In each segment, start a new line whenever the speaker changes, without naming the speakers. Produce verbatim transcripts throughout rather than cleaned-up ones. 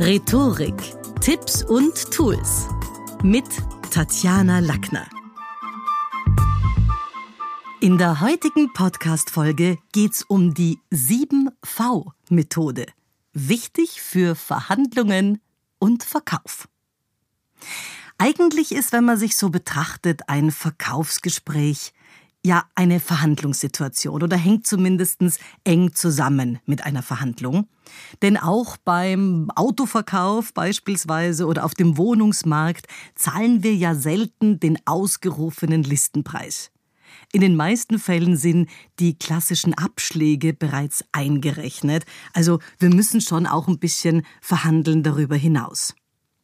Rhetorik, Tipps und Tools mit Tatjana Lackner. In der heutigen Podcast-Folge geht's um die sieben V-Methode. Wichtig für Verhandlungen und Verkauf. Eigentlich ist, wenn man sich so betrachtet, ein Verkaufsgespräch ja eine Verhandlungssituation oder hängt zumindest eng zusammen mit einer Verhandlung. Denn auch beim Autoverkauf beispielsweise oder auf dem Wohnungsmarkt zahlen wir ja selten den ausgerufenen Listenpreis. In den meisten Fällen sind die klassischen Abschläge bereits eingerechnet. Also wir müssen schon auch ein bisschen verhandeln darüber hinaus.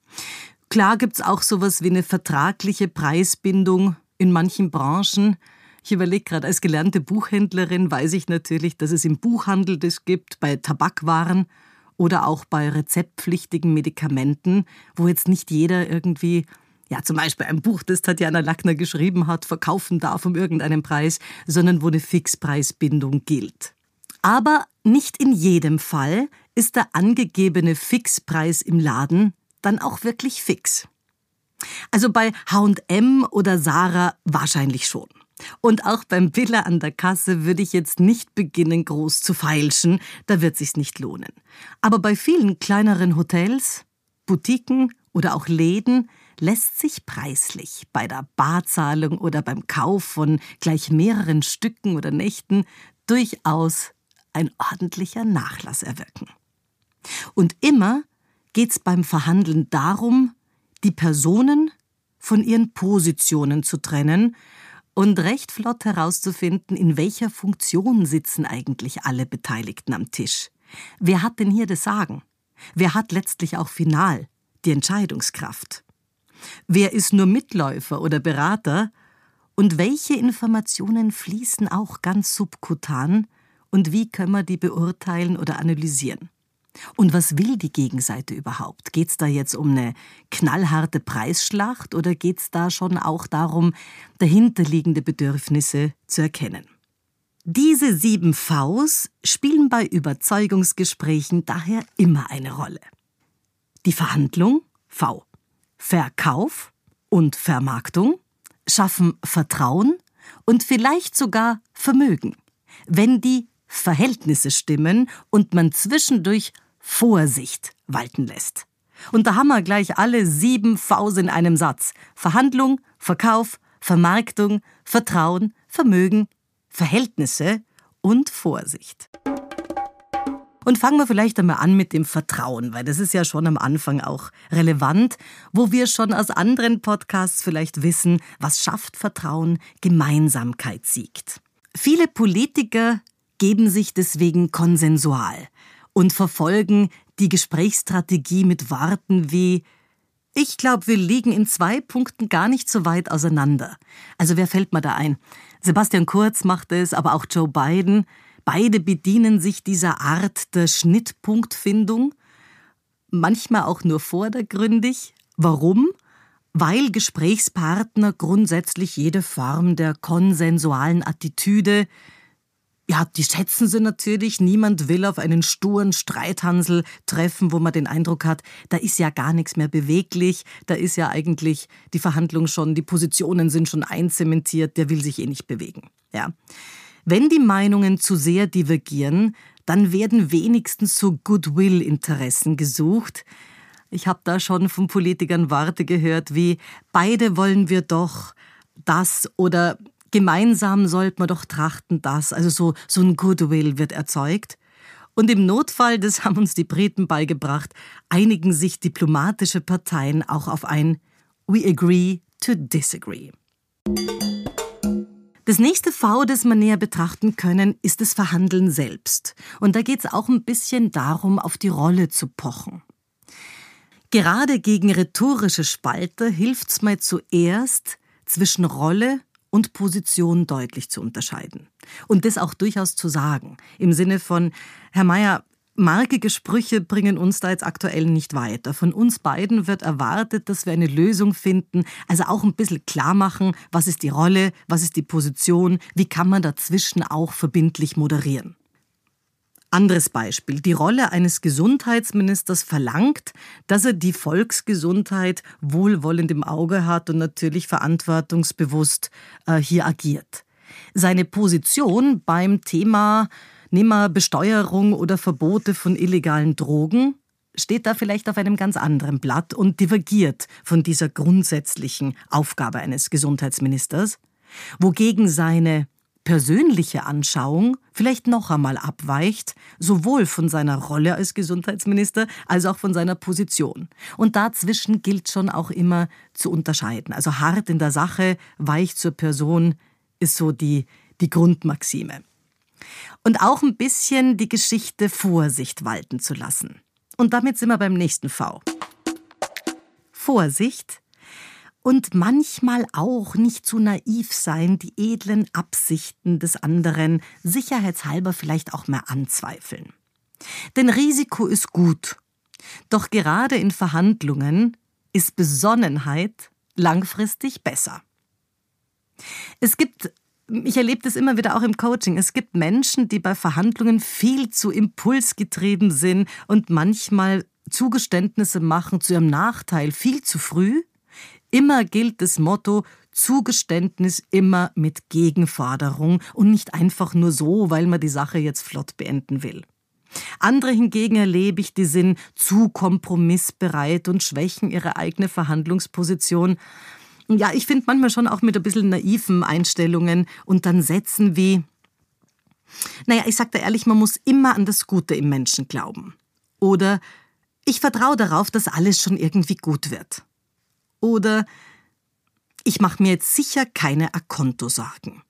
Klar gibt's auch sowas wie eine vertragliche Preisbindung in manchen Branchen. Ich überlege gerade, als gelernte Buchhändlerin weiß ich natürlich, dass es im Buchhandel das gibt, bei Tabakwaren oder auch bei rezeptpflichtigen Medikamenten, wo jetzt nicht jeder irgendwie, ja zum Beispiel ein Buch, das Tatjana Lackner geschrieben hat, verkaufen darf um irgendeinen Preis, sondern wo eine Fixpreisbindung gilt. Aber nicht in jedem Fall ist der angegebene Fixpreis im Laden dann auch wirklich fix. Also bei H und M oder Sarah wahrscheinlich schon. Und auch beim Billa an der Kasse würde ich jetzt nicht beginnen, groß zu feilschen, da wird sich's nicht lohnen. Aber bei vielen kleineren Hotels, Boutiquen oder auch Läden lässt sich preislich bei der Barzahlung oder beim Kauf von gleich mehreren Stücken oder Nächten durchaus ein ordentlicher Nachlass erwirken. Und immer geht's beim Verhandeln darum, die Personen von ihren Positionen zu trennen und recht flott herauszufinden, in welcher Funktion sitzen eigentlich alle Beteiligten am Tisch. Wer hat denn hier das Sagen? Wer hat letztlich auch final die Entscheidungskraft? Wer ist nur Mitläufer oder Berater? Und welche Informationen fließen auch ganz subkutan? Und wie können wir die beurteilen oder analysieren? Und was will die Gegenseite überhaupt? Geht's da jetzt um eine knallharte Preisschlacht oder geht's da schon auch darum, dahinterliegende Bedürfnisse zu erkennen? Diese sieben Vs spielen bei Überzeugungsgesprächen daher immer eine Rolle. Die Verhandlung, V. Verkauf und Vermarktung schaffen Vertrauen und vielleicht sogar Vermögen, wenn die Verhältnisse stimmen und man zwischendurch Vorsicht walten lässt. Und da haben wir gleich alle sieben Vs in einem Satz. Verhandlung, Verkauf, Vermarktung, Vertrauen, Vermögen, Verhältnisse und Vorsicht. Und fangen wir vielleicht einmal an mit dem Vertrauen, weil das ist ja schon am Anfang auch relevant, wo wir schon aus anderen Podcasts vielleicht wissen, was schafft Vertrauen, Gemeinsamkeit siegt. Viele Politiker geben sich deswegen konsensual und verfolgen die Gesprächsstrategie mit Worten wie „Ich glaube, wir liegen in zwei Punkten gar nicht so weit auseinander." Also wer fällt mir da ein? Sebastian Kurz macht es, aber auch Joe Biden. Beide bedienen sich dieser Art der Schnittpunktfindung, manchmal auch nur vordergründig. Warum? Weil Gesprächspartner grundsätzlich jede Form der konsensualen Attitüde, ja, die schätzen sie natürlich. Niemand will auf einen sturen Streithansel treffen, wo man den Eindruck hat, da ist ja gar nichts mehr beweglich, da ist ja eigentlich die Verhandlung schon, die Positionen sind schon einzementiert, der will sich eh nicht bewegen. Ja. Wenn die Meinungen zu sehr divergieren, dann werden wenigstens so Goodwill-Interessen gesucht. Ich habe da schon von Politikern Worte gehört wie „beide wollen wir doch das" oder „gemeinsam sollte man doch trachten das", also so, so ein Goodwill wird erzeugt. Und im Notfall, das haben uns die Briten beigebracht, einigen sich diplomatische Parteien auch auf ein „We agree to disagree". Das nächste V, das wir näher betrachten können, ist das Verhandeln selbst. Und da geht es auch ein bisschen darum, auf die Rolle zu pochen. Gerade gegen rhetorische Spalter hilft es mir zuerst, zwischen Rolle und Position deutlich zu unterscheiden. Und das auch durchaus zu sagen. Im Sinne von, Herr Meier, markige Sprüche bringen uns da jetzt aktuell nicht weiter. Von uns beiden wird erwartet, dass wir eine Lösung finden. Also auch ein bisschen klar machen, was ist die Rolle, was ist die Position, wie kann man dazwischen auch verbindlich moderieren. Anderes Beispiel. Die Rolle eines Gesundheitsministers verlangt, dass er die Volksgesundheit wohlwollend im Auge hat und natürlich verantwortungsbewusst äh, hier agiert. Seine Position beim Thema, nehmen wir Besteuerung oder Verbote von illegalen Drogen, steht da vielleicht auf einem ganz anderen Blatt und divergiert von dieser grundsätzlichen Aufgabe eines Gesundheitsministers, wogegen seine persönliche Anschauung vielleicht noch einmal abweicht, sowohl von seiner Rolle als Gesundheitsminister als auch von seiner Position. Und dazwischen gilt schon auch immer zu unterscheiden. Also hart in der Sache, weich zur Person ist so die, die Grundmaxime. Und auch ein bisschen die Geschichte Vorsicht walten zu lassen. Und damit sind wir beim nächsten V. Vorsicht. Und manchmal auch nicht zu naiv sein, die edlen Absichten des anderen sicherheitshalber vielleicht auch mehr anzweifeln. Denn Risiko ist gut. Doch gerade in Verhandlungen ist Besonnenheit langfristig besser. Es gibt, ich erlebe das immer wieder auch im Coaching, es gibt Menschen, die bei Verhandlungen viel zu impulsgetrieben sind und manchmal Zugeständnisse machen zu ihrem Nachteil viel zu früh. Immer gilt das Motto, Zugeständnis immer mit Gegenforderung und nicht einfach nur so, weil man die Sache jetzt flott beenden will. Andere hingegen erlebe ich, die sind zu kompromissbereit und schwächen ihre eigene Verhandlungsposition. Ja, ich finde manchmal schon auch mit ein bisschen naiven Einstellungen und dann Sätzen wie, naja, ich sag da ehrlich, man muss immer an das Gute im Menschen glauben. Oder ich vertraue darauf, dass alles schon irgendwie gut wird. Oder ich mache mir jetzt sicher keine A-Konto-Sorgen.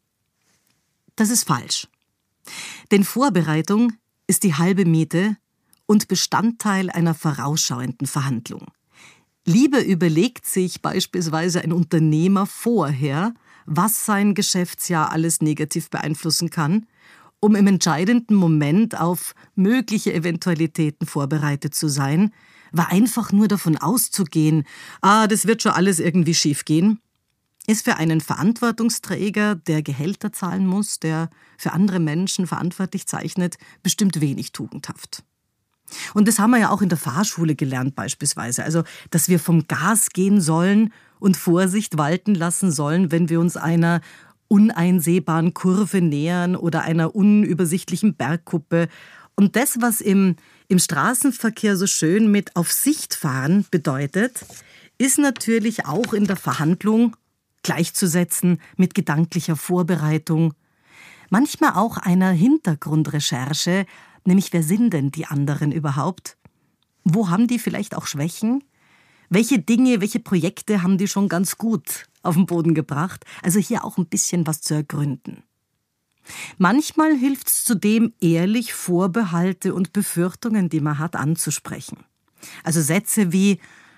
Das ist falsch. Denn Vorbereitung ist die halbe Miete und Bestandteil einer vorausschauenden Verhandlung. Lieber überlegt sich beispielsweise ein Unternehmer vorher, was sein Geschäftsjahr alles negativ beeinflussen kann, um im entscheidenden Moment auf mögliche Eventualitäten vorbereitet zu sein, war einfach nur davon auszugehen, ah, das wird schon alles irgendwie schiefgehen, ist für einen Verantwortungsträger, der Gehälter zahlen muss, der für andere Menschen verantwortlich zeichnet, bestimmt wenig tugendhaft. Und das haben wir ja auch in der Fahrschule gelernt beispielsweise, also dass wir vom Gas gehen sollen und Vorsicht walten lassen sollen, wenn wir uns einer uneinsehbaren Kurve nähern oder einer unübersichtlichen Bergkuppe. Und das, was im, im Straßenverkehr so schön mit auf Sicht fahren bedeutet, ist natürlich auch in der Verhandlung gleichzusetzen mit gedanklicher Vorbereitung. Manchmal auch einer Hintergrundrecherche, nämlich wer sind denn die anderen überhaupt? Wo haben die vielleicht auch Schwächen? Welche Dinge, welche Projekte haben die schon ganz gut auf den Boden gebracht? Also hier auch ein bisschen was zu ergründen. Manchmal hilft es zudem, ehrlich Vorbehalte und Befürchtungen, die man hat, anzusprechen. Also Sätze wie,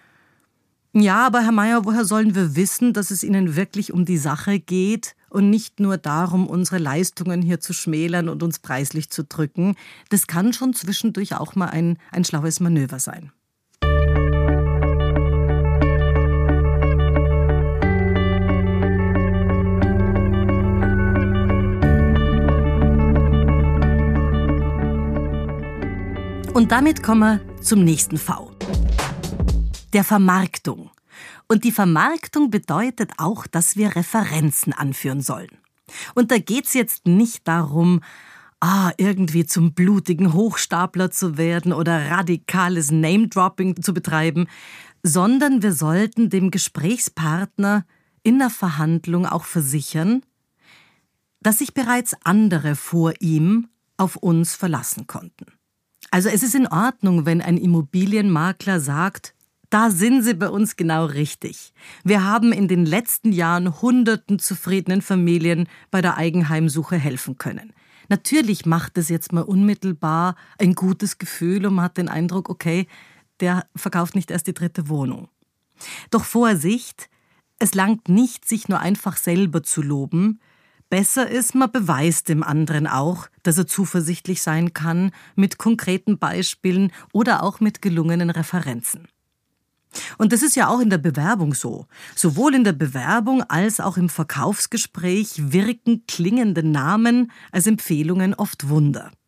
ja, aber Herr Meier, woher sollen wir wissen, dass es Ihnen wirklich um die Sache geht und nicht nur darum, unsere Leistungen hier zu schmälern und uns preislich zu drücken? Das kann schon zwischendurch auch mal ein, ein schlaues Manöver sein. Und damit kommen wir zum nächsten V. Der Vermarktung. Und die Vermarktung bedeutet auch, dass wir Referenzen anführen sollen. Und da geht's jetzt nicht darum, ah, irgendwie zum blutigen Hochstapler zu werden oder radikales Name-Dropping zu betreiben, sondern wir sollten dem Gesprächspartner in der Verhandlung auch versichern, dass sich bereits andere vor ihm auf uns verlassen konnten. Also es ist in Ordnung, wenn ein Immobilienmakler sagt, da sind Sie bei uns genau richtig. Wir haben in den letzten Jahren hunderten zufriedenen Familien bei der Eigenheimsuche helfen können. Natürlich macht es jetzt mal unmittelbar ein gutes Gefühl und man hat den Eindruck, okay, der verkauft nicht erst die dritte Wohnung. Doch Vorsicht, es langt nicht, sich nur einfach selber zu loben. Besser ist, man beweist dem anderen auch, dass er zuversichtlich sein kann mit konkreten Beispielen oder auch mit gelungenen Referenzen. Und das ist ja auch in der Bewerbung so. Sowohl in der Bewerbung als auch im Verkaufsgespräch wirken klingende Namen als Empfehlungen oft Wunder.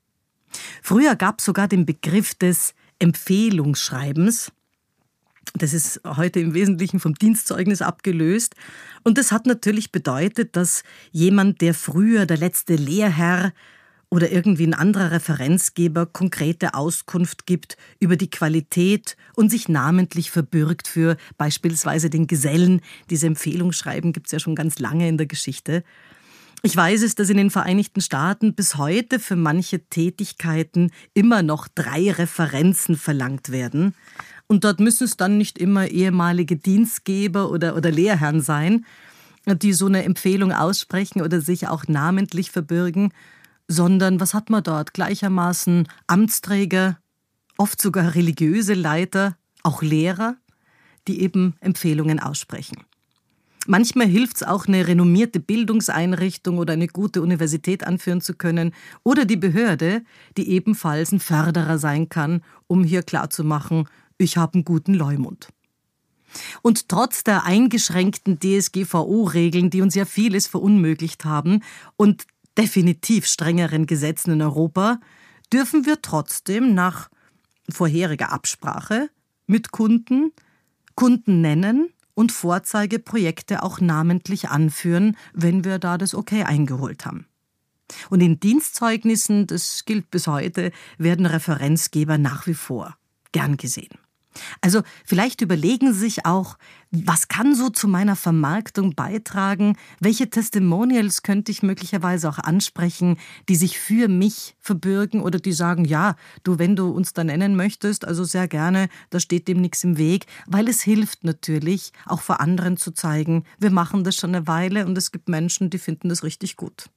Früher gab es sogar den Begriff des Empfehlungsschreibens. Das ist heute im Wesentlichen vom Dienstzeugnis abgelöst. Und das hat natürlich bedeutet, dass jemand, der früher der letzte Lehrherr oder irgendwie ein anderer Referenzgeber konkrete Auskunft gibt über die Qualität und sich namentlich verbürgt für beispielsweise den Gesellen. Diese Empfehlungsschreiben gibt es ja schon ganz lange in der Geschichte. Ich weiß es, dass in den Vereinigten Staaten bis heute für manche Tätigkeiten immer noch drei Referenzen verlangt werden. Und dort müssen es dann nicht immer ehemalige Dienstgeber oder, oder Lehrherren sein, die so eine Empfehlung aussprechen oder sich auch namentlich verbürgen, sondern was hat man dort? Gleichermaßen Amtsträger, oft sogar religiöse Leiter, auch Lehrer, die eben Empfehlungen aussprechen. Manchmal hilft es auch, eine renommierte Bildungseinrichtung oder eine gute Universität anführen zu können oder die Behörde, die ebenfalls ein Förderer sein kann, um hier klarzumachen, ich habe einen guten Leumund. Und trotz der eingeschränkten D S G V O-Regeln, die uns ja vieles verunmöglicht haben und definitiv strengeren Gesetzen in Europa, dürfen wir trotzdem nach vorheriger Absprache mit Kunden Kunden nennen und Vorzeigeprojekte auch namentlich anführen, wenn wir da das Okay eingeholt haben. Und in Dienstzeugnissen, das gilt bis heute, werden Referenzgeber nach wie vor gern gesehen. Also vielleicht überlegen Sie sich auch, was kann so zu meiner Vermarktung beitragen? Welche Testimonials könnte ich möglicherweise auch ansprechen, die sich für mich verbürgen oder die sagen, ja, du, wenn du uns da nennen möchtest, also sehr gerne, da steht dem nichts im Weg, weil es hilft natürlich, auch vor anderen zu zeigen, wir machen das schon eine Weile und es gibt Menschen, die finden das richtig gut.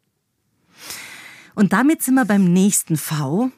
Und damit sind wir beim nächsten V,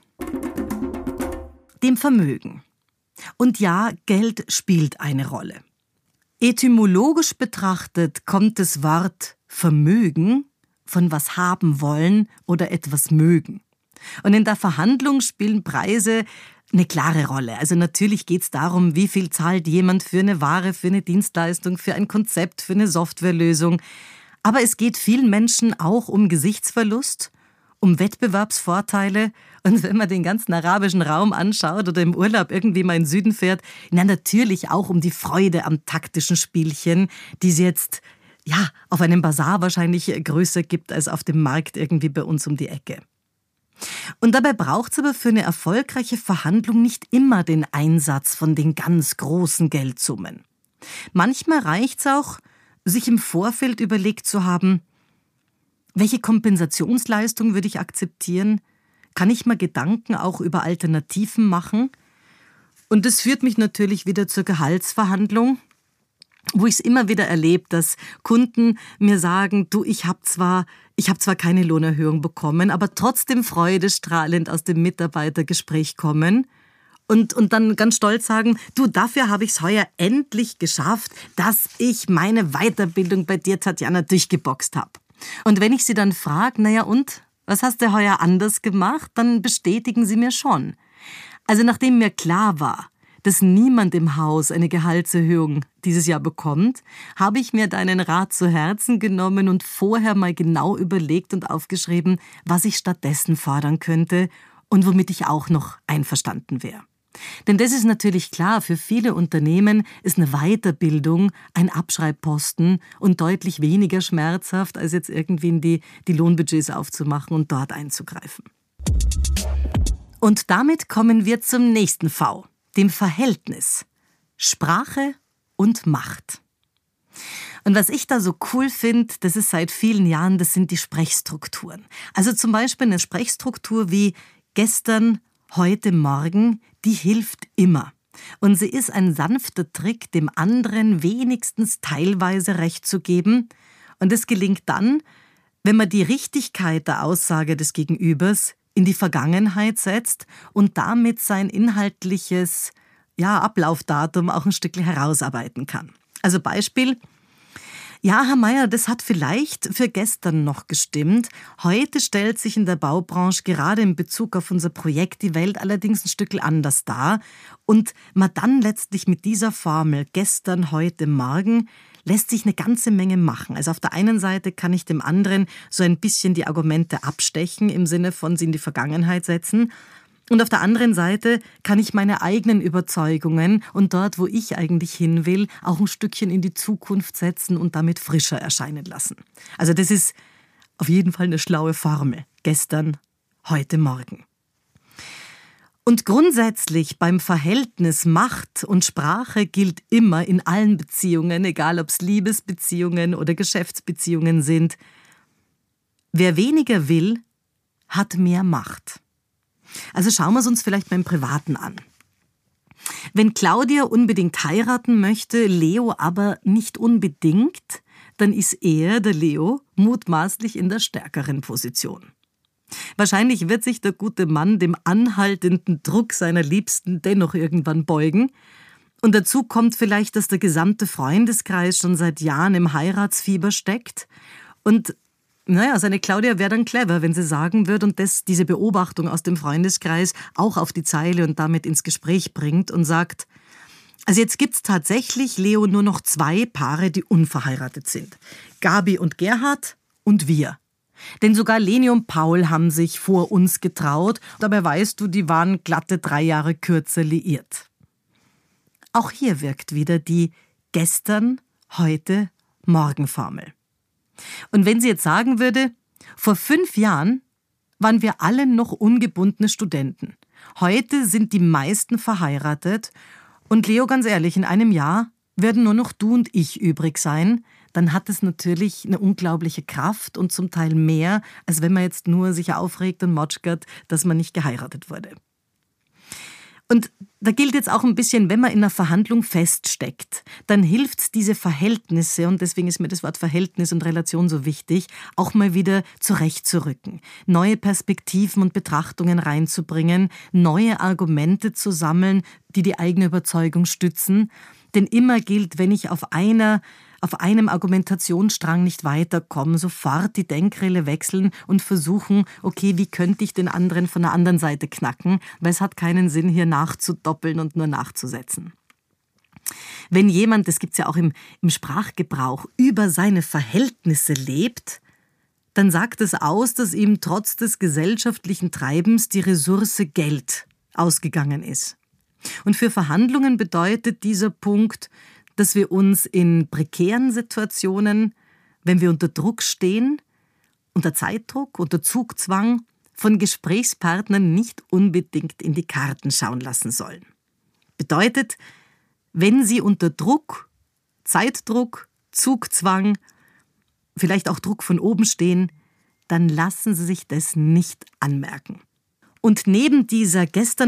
dem Vermögen. Und ja, Geld spielt eine Rolle. Etymologisch betrachtet kommt das Wort Vermögen von was haben wollen oder etwas mögen. Und in der Verhandlung spielen Preise eine klare Rolle. Also natürlich geht es darum, wie viel zahlt jemand für eine Ware, für eine Dienstleistung, für ein Konzept, für eine Softwarelösung. Aber es geht vielen Menschen auch um Gesichtsverlust, um Wettbewerbsvorteile. Und wenn man den ganzen arabischen Raum anschaut oder im Urlaub irgendwie mal in den Süden fährt, na natürlich auch um die Freude am taktischen Spielchen, die es jetzt ja auf einem Basar wahrscheinlich größer gibt als auf dem Markt irgendwie bei uns um die Ecke. Und dabei braucht es aber für eine erfolgreiche Verhandlung nicht immer den Einsatz von den ganz großen Geldsummen. Manchmal reicht es auch, sich im Vorfeld überlegt zu haben, welche Kompensationsleistung würde ich akzeptieren? Kann ich mir Gedanken auch über Alternativen machen? Und das führt mich natürlich wieder zur Gehaltsverhandlung, wo ich es immer wieder erlebe, dass Kunden mir sagen, du, ich habe zwar, ich habe zwar keine Lohnerhöhung bekommen, aber trotzdem freudestrahlend aus dem Mitarbeitergespräch kommen und, und dann ganz stolz sagen, du, dafür habe ich es heuer endlich geschafft, dass ich meine Weiterbildung bei dir, Tatjana, durchgeboxt habe. Und wenn ich sie dann frage, naja und, was hast du heuer anders gemacht, dann bestätigen sie mir schon. Also nachdem mir klar war, dass niemand im Haus eine Gehaltserhöhung dieses Jahr bekommt, habe ich mir deinen Rat zu Herzen genommen und vorher mal genau überlegt und aufgeschrieben, was ich stattdessen fordern könnte und womit ich auch noch einverstanden wäre. Denn das ist natürlich klar, für viele Unternehmen ist eine Weiterbildung ein Abschreibposten und deutlich weniger schmerzhaft, als jetzt irgendwie in die, die Lohnbudgets aufzumachen und dort einzugreifen. Und damit kommen wir zum nächsten V, dem Verhältnis. Sprache und Macht. Und was ich da so cool finde, das ist seit vielen Jahren, das sind die Sprechstrukturen. Also zum Beispiel eine Sprechstruktur wie gestern, heute, morgen, die hilft immer. Und sie ist ein sanfter Trick, dem anderen wenigstens teilweise Recht zu geben. Und es gelingt dann, wenn man die Richtigkeit der Aussage des Gegenübers in die Vergangenheit setzt und damit sein inhaltliches ja, Ablaufdatum auch ein Stückchen herausarbeiten kann. Also Beispiel: Ja, Herr Meier, das hat vielleicht für gestern noch gestimmt. Heute stellt sich in der Baubranche gerade in Bezug auf unser Projekt die Welt allerdings ein Stückchen anders dar. Und man dann letztlich mit dieser Formel gestern, heute, morgen lässt sich eine ganze Menge machen. Also auf der einen Seite kann ich dem anderen so ein bisschen die Argumente abstechen, im Sinne von sie in die Vergangenheit setzen. Und auf der anderen Seite kann ich meine eigenen Überzeugungen und dort, wo ich eigentlich hin will, auch ein Stückchen in die Zukunft setzen und damit frischer erscheinen lassen. Also das ist auf jeden Fall eine schlaue Formel. Gestern, heute, morgen. Und grundsätzlich beim Verhältnis Macht und Sprache gilt immer in allen Beziehungen, egal ob es Liebesbeziehungen oder Geschäftsbeziehungen sind, wer weniger will, hat mehr Macht. Also schauen wir es uns vielleicht beim Privaten an. Wenn Claudia unbedingt heiraten möchte, Leo aber nicht unbedingt, dann ist er, der Leo, mutmaßlich in der stärkeren Position. Wahrscheinlich wird sich der gute Mann dem anhaltenden Druck seiner Liebsten dennoch irgendwann beugen. Und dazu kommt vielleicht, dass der gesamte Freundeskreis schon seit Jahren im Heiratsfieber steckt. Und naja, seine Claudia wäre dann clever, wenn sie sagen würde und das, diese Beobachtung aus dem Freundeskreis auch auf die Zeile und damit ins Gespräch bringt und sagt, also jetzt gibt's tatsächlich, Leo, nur noch zwei Paare, die unverheiratet sind. Gabi und Gerhard und wir. Denn sogar Leni und Paul haben sich vor uns getraut. Dabei weißt du, die waren glatte drei Jahre kürzer liiert. Auch hier wirkt wieder die Gestern, heute, Morgen-Formel. Und wenn sie jetzt sagen würde, vor fünf Jahren waren wir alle noch ungebundene Studenten. Heute sind die meisten verheiratet. Und Leo, ganz ehrlich, in einem Jahr werden nur noch du und ich übrig sein, dann hat es natürlich eine unglaubliche Kraft und zum Teil mehr, als wenn man jetzt nur sich aufregt und motschgert, dass man nicht geheiratet wurde. Und da gilt jetzt auch ein bisschen, wenn man in einer Verhandlung feststeckt, dann hilft es, diese Verhältnisse, und deswegen ist mir das Wort Verhältnis und Relation so wichtig, auch mal wieder zurechtzurücken, neue Perspektiven und Betrachtungen reinzubringen, neue Argumente zu sammeln, die die eigene Überzeugung stützen. Denn immer gilt, wenn ich auf einer auf einem Argumentationsstrang nicht weiterkommen, sofort die Denkrille wechseln und versuchen, okay, wie könnte ich den anderen von der anderen Seite knacken, weil es hat keinen Sinn, hier nachzudoppeln und nur nachzusetzen. Wenn jemand, das gibt's ja auch im, im Sprachgebrauch, über seine Verhältnisse lebt, dann sagt es aus, dass ihm trotz des gesellschaftlichen Treibens die Ressource Geld ausgegangen ist. Und für Verhandlungen bedeutet dieser Punkt, dass wir uns in prekären Situationen, wenn wir unter Druck stehen, unter Zeitdruck, unter Zugzwang, von Gesprächspartnern nicht unbedingt in die Karten schauen lassen sollen. Bedeutet, wenn Sie unter Druck, Zeitdruck, Zugzwang, vielleicht auch Druck von oben stehen, dann lassen Sie sich das nicht anmerken. Und neben dieser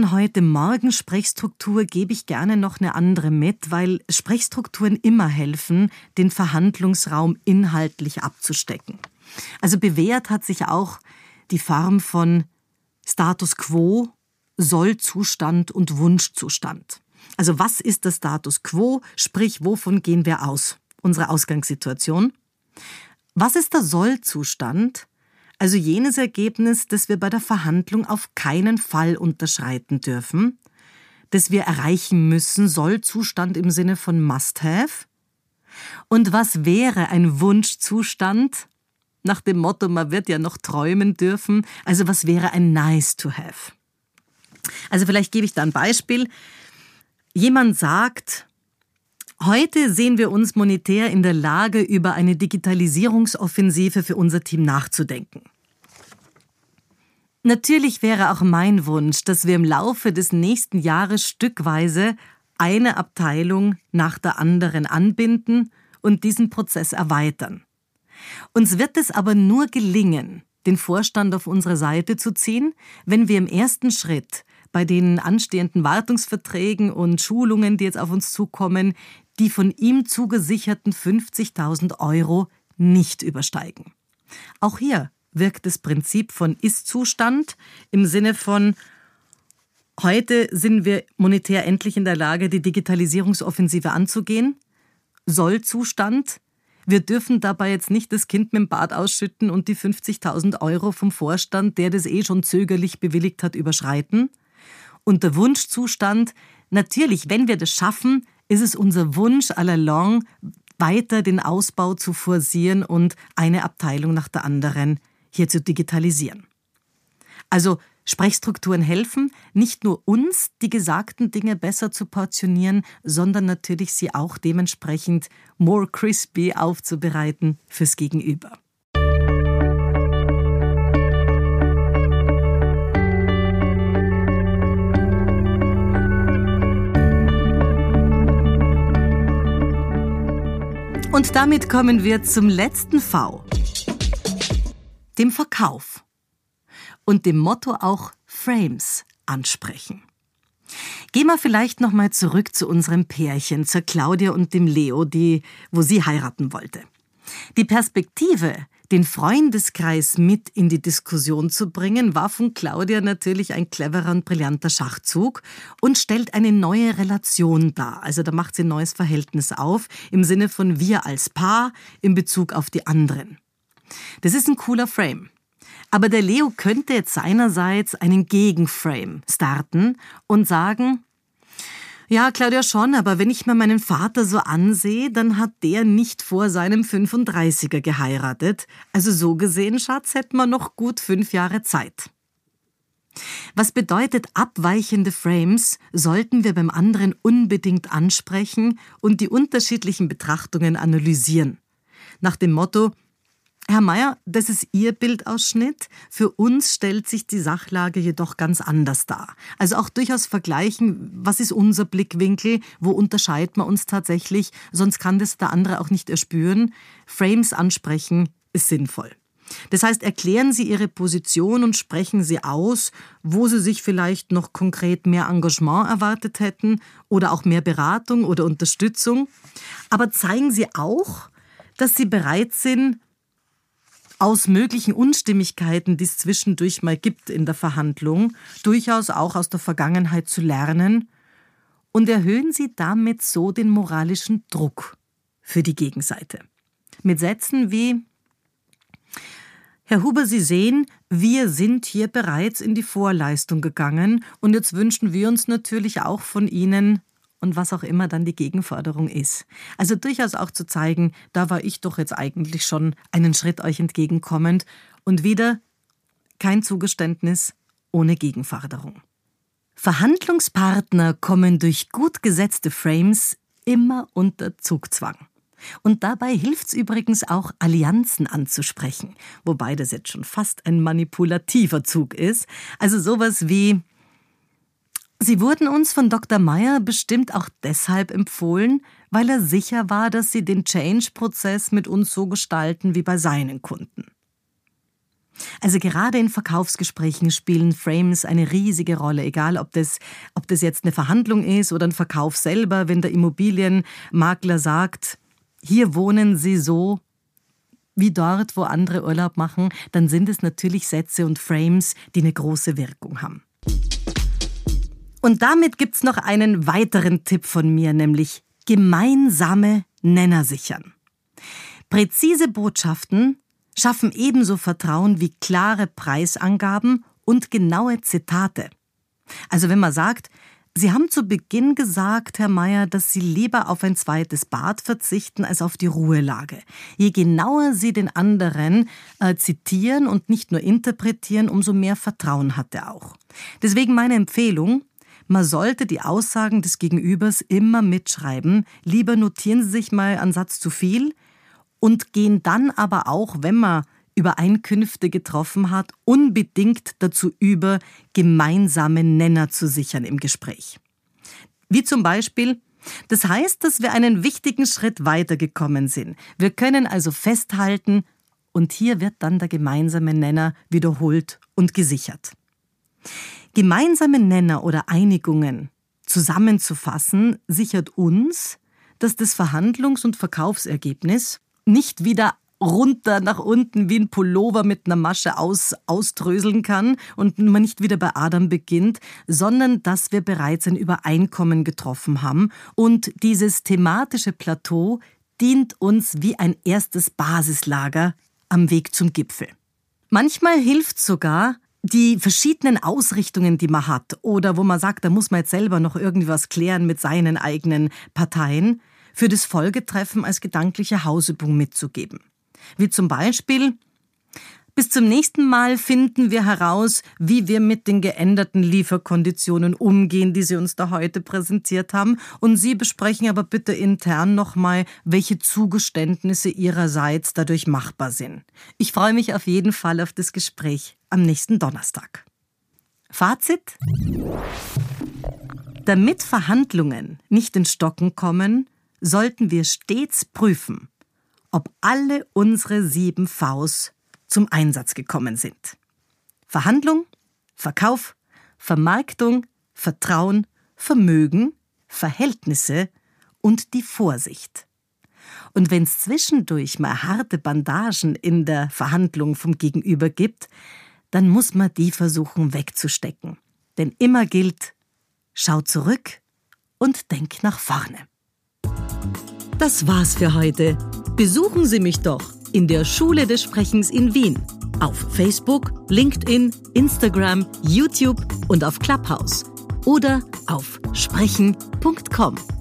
Gestern-heute-Morgen-Sprechstruktur gebe ich gerne noch eine andere mit, weil Sprechstrukturen immer helfen, den Verhandlungsraum inhaltlich abzustecken. Also bewährt hat sich auch die Form von Status Quo, Soll-Zustand und Wunschzustand. Also was ist der Status Quo, sprich wovon gehen wir aus? Unsere Ausgangssituation. Was ist der Soll-Zustand? Also jenes Ergebnis, das wir bei der Verhandlung auf keinen Fall unterschreiten dürfen, das wir erreichen müssen, Soll-Zustand im Sinne von Must-Have. Und was wäre ein Wunschzustand? Nach dem Motto, man wird ja noch träumen dürfen. Also was wäre ein Nice-to-Have? Also vielleicht gebe ich da ein Beispiel. Jemand sagt, heute sehen wir uns monetär in der Lage, über eine Digitalisierungsoffensive für unser Team nachzudenken. Natürlich wäre auch mein Wunsch, dass wir im Laufe des nächsten Jahres stückweise eine Abteilung nach der anderen anbinden und diesen Prozess erweitern. Uns wird es aber nur gelingen, den Vorstand auf unsere Seite zu ziehen, wenn wir im ersten Schritt bei den anstehenden Wartungsverträgen und Schulungen, die jetzt auf uns zukommen, die von ihm zugesicherten fünfzigtausend Euro nicht übersteigen. Auch hier wirkt das Prinzip von Ist-Zustand im Sinne von, heute sind wir monetär endlich in der Lage, die Digitalisierungsoffensive anzugehen. Soll-Zustand, wir dürfen dabei jetzt nicht das Kind mit dem Bad ausschütten und die fünfzigtausend Euro vom Vorstand, der das eh schon zögerlich bewilligt hat, überschreiten. Und der Wunschzustand, natürlich, wenn wir das schaffen, ist es unser Wunsch all along, weiter den Ausbau zu forcieren und eine Abteilung nach der anderen hier zu digitalisieren. Also Sprechstrukturen helfen, nicht nur uns, die gesagten Dinge besser zu portionieren, sondern natürlich sie auch dementsprechend more crispy aufzubereiten fürs Gegenüber. Und damit kommen wir zum letzten V, dem Verkauf. Und dem Motto auch Frames ansprechen. Gehen wir vielleicht noch mal zurück zu unserem Pärchen, zur Claudia und dem Leo, die, wo sie heiraten wollte. Die Perspektive, den Freundeskreis mit in die Diskussion zu bringen, war von Claudia natürlich ein cleverer und brillanter Schachzug und stellt eine neue Relation dar. Also da macht sie ein neues Verhältnis auf, im Sinne von wir als Paar in Bezug auf die anderen. Das ist ein cooler Frame. Aber der Leo könnte jetzt seinerseits einen Gegenframe starten und sagen, ja, Claudia schon, aber wenn ich mir meinen Vater so ansehe, dann hat der nicht vor seinem fünfunddreißiger geheiratet. Also so gesehen, Schatz, hätten wir noch gut fünf Jahre Zeit. Was bedeutet, abweichende Frames sollten wir beim anderen unbedingt ansprechen und die unterschiedlichen Betrachtungen analysieren. Nach dem Motto, Herr Meier, das ist Ihr Bildausschnitt. Für uns stellt sich die Sachlage jedoch ganz anders dar. Also auch durchaus vergleichen, was ist unser Blickwinkel, wo unterscheiden wir uns tatsächlich, sonst kann das der andere auch nicht erspüren. Frames ansprechen ist sinnvoll. Das heißt, erklären Sie Ihre Position und sprechen Sie aus, wo Sie sich vielleicht noch konkret mehr Engagement erwartet hätten oder auch mehr Beratung oder Unterstützung. Aber zeigen Sie auch, dass Sie bereit sind, aus möglichen Unstimmigkeiten, die es zwischendurch mal gibt in der Verhandlung, durchaus auch aus der Vergangenheit zu lernen und erhöhen Sie damit so den moralischen Druck für die Gegenseite. Mit Sätzen wie: Herr Huber, Sie sehen, wir sind hier bereits in die Vorleistung gegangen und jetzt wünschen wir uns natürlich auch von Ihnen, und was auch immer dann die Gegenforderung ist. Also durchaus auch zu zeigen, da war ich doch jetzt eigentlich schon einen Schritt euch entgegenkommend und wieder kein Zugeständnis ohne Gegenforderung. Verhandlungspartner kommen durch gut gesetzte Frames immer unter Zugzwang. Und dabei hilft es übrigens auch, Allianzen anzusprechen, wobei das jetzt schon fast ein manipulativer Zug ist. Also sowas wie: Sie wurden uns von Doktor Meier bestimmt auch deshalb empfohlen, weil er sicher war, dass Sie den Change-Prozess mit uns so gestalten wie bei seinen Kunden. Also gerade in Verkaufsgesprächen spielen Frames eine riesige Rolle, egal ob das, ob das jetzt eine Verhandlung ist oder ein Verkauf selber, wenn der Immobilienmakler sagt, hier wohnen Sie so wie dort, wo andere Urlaub machen, dann sind es natürlich Sätze und Frames, die eine große Wirkung haben. Und damit gibt's noch einen weiteren Tipp von mir, nämlich gemeinsame Nenner sichern. Präzise Botschaften schaffen ebenso Vertrauen wie klare Preisangaben und genaue Zitate. Also wenn man sagt, Sie haben zu Beginn gesagt, Herr Meier, dass Sie lieber auf ein zweites Bad verzichten als auf die Ruhelage. Je genauer Sie den anderen äh, zitieren und nicht nur interpretieren, umso mehr Vertrauen hat er auch. Deswegen meine Empfehlung: Man sollte die Aussagen des Gegenübers immer mitschreiben. Lieber notieren Sie sich mal einen Satz zu viel und gehen dann aber auch, wenn man Übereinkünfte getroffen hat, unbedingt dazu über, gemeinsame Nenner zu sichern im Gespräch. Wie zum Beispiel: Das heißt, dass wir einen wichtigen Schritt weitergekommen sind. Wir können also festhalten, und hier wird dann der gemeinsame Nenner wiederholt und gesichert. Gemeinsame Nenner oder Einigungen zusammenzufassen, sichert uns, dass das Verhandlungs- und Verkaufsergebnis nicht wieder runter nach unten wie ein Pullover mit einer Masche aus, ausdröseln kann und man nicht wieder bei Adam beginnt, sondern dass wir bereits ein Übereinkommen getroffen haben. Und dieses thematische Plateau dient uns wie ein erstes Basislager am Weg zum Gipfel. Manchmal hilft sogar, die verschiedenen Ausrichtungen, die man hat, oder wo man sagt, da muss man jetzt selber noch irgendwie was klären mit seinen eigenen Parteien, für das Folgetreffen als gedankliche Hausübung mitzugeben. Wie zum Beispiel: Bis zum nächsten Mal finden wir heraus, wie wir mit den geänderten Lieferkonditionen umgehen, die Sie uns da heute präsentiert haben. Und Sie besprechen aber bitte intern nochmal, welche Zugeständnisse Ihrerseits dadurch machbar sind. Ich freue mich auf jeden Fall auf das Gespräch am nächsten Donnerstag. Fazit: Damit Verhandlungen nicht ins Stocken kommen, sollten wir stets prüfen, ob alle unsere sieben Vs zum Einsatz gekommen sind. Verhandlung, Verkauf, Vermarktung, Vertrauen, Vermögen, Verhältnisse und die Vorsicht. Und wenn es zwischendurch mal harte Bandagen in der Verhandlung vom Gegenüber gibt, dann muss man die versuchen wegzustecken. Denn immer gilt: Schau zurück und denk nach vorne. Das war's für heute. Besuchen Sie mich doch in der Schule des Sprechens in Wien. Auf Facebook, LinkedIn, Instagram, YouTube und auf Clubhouse. Oder auf sprechen punkt com.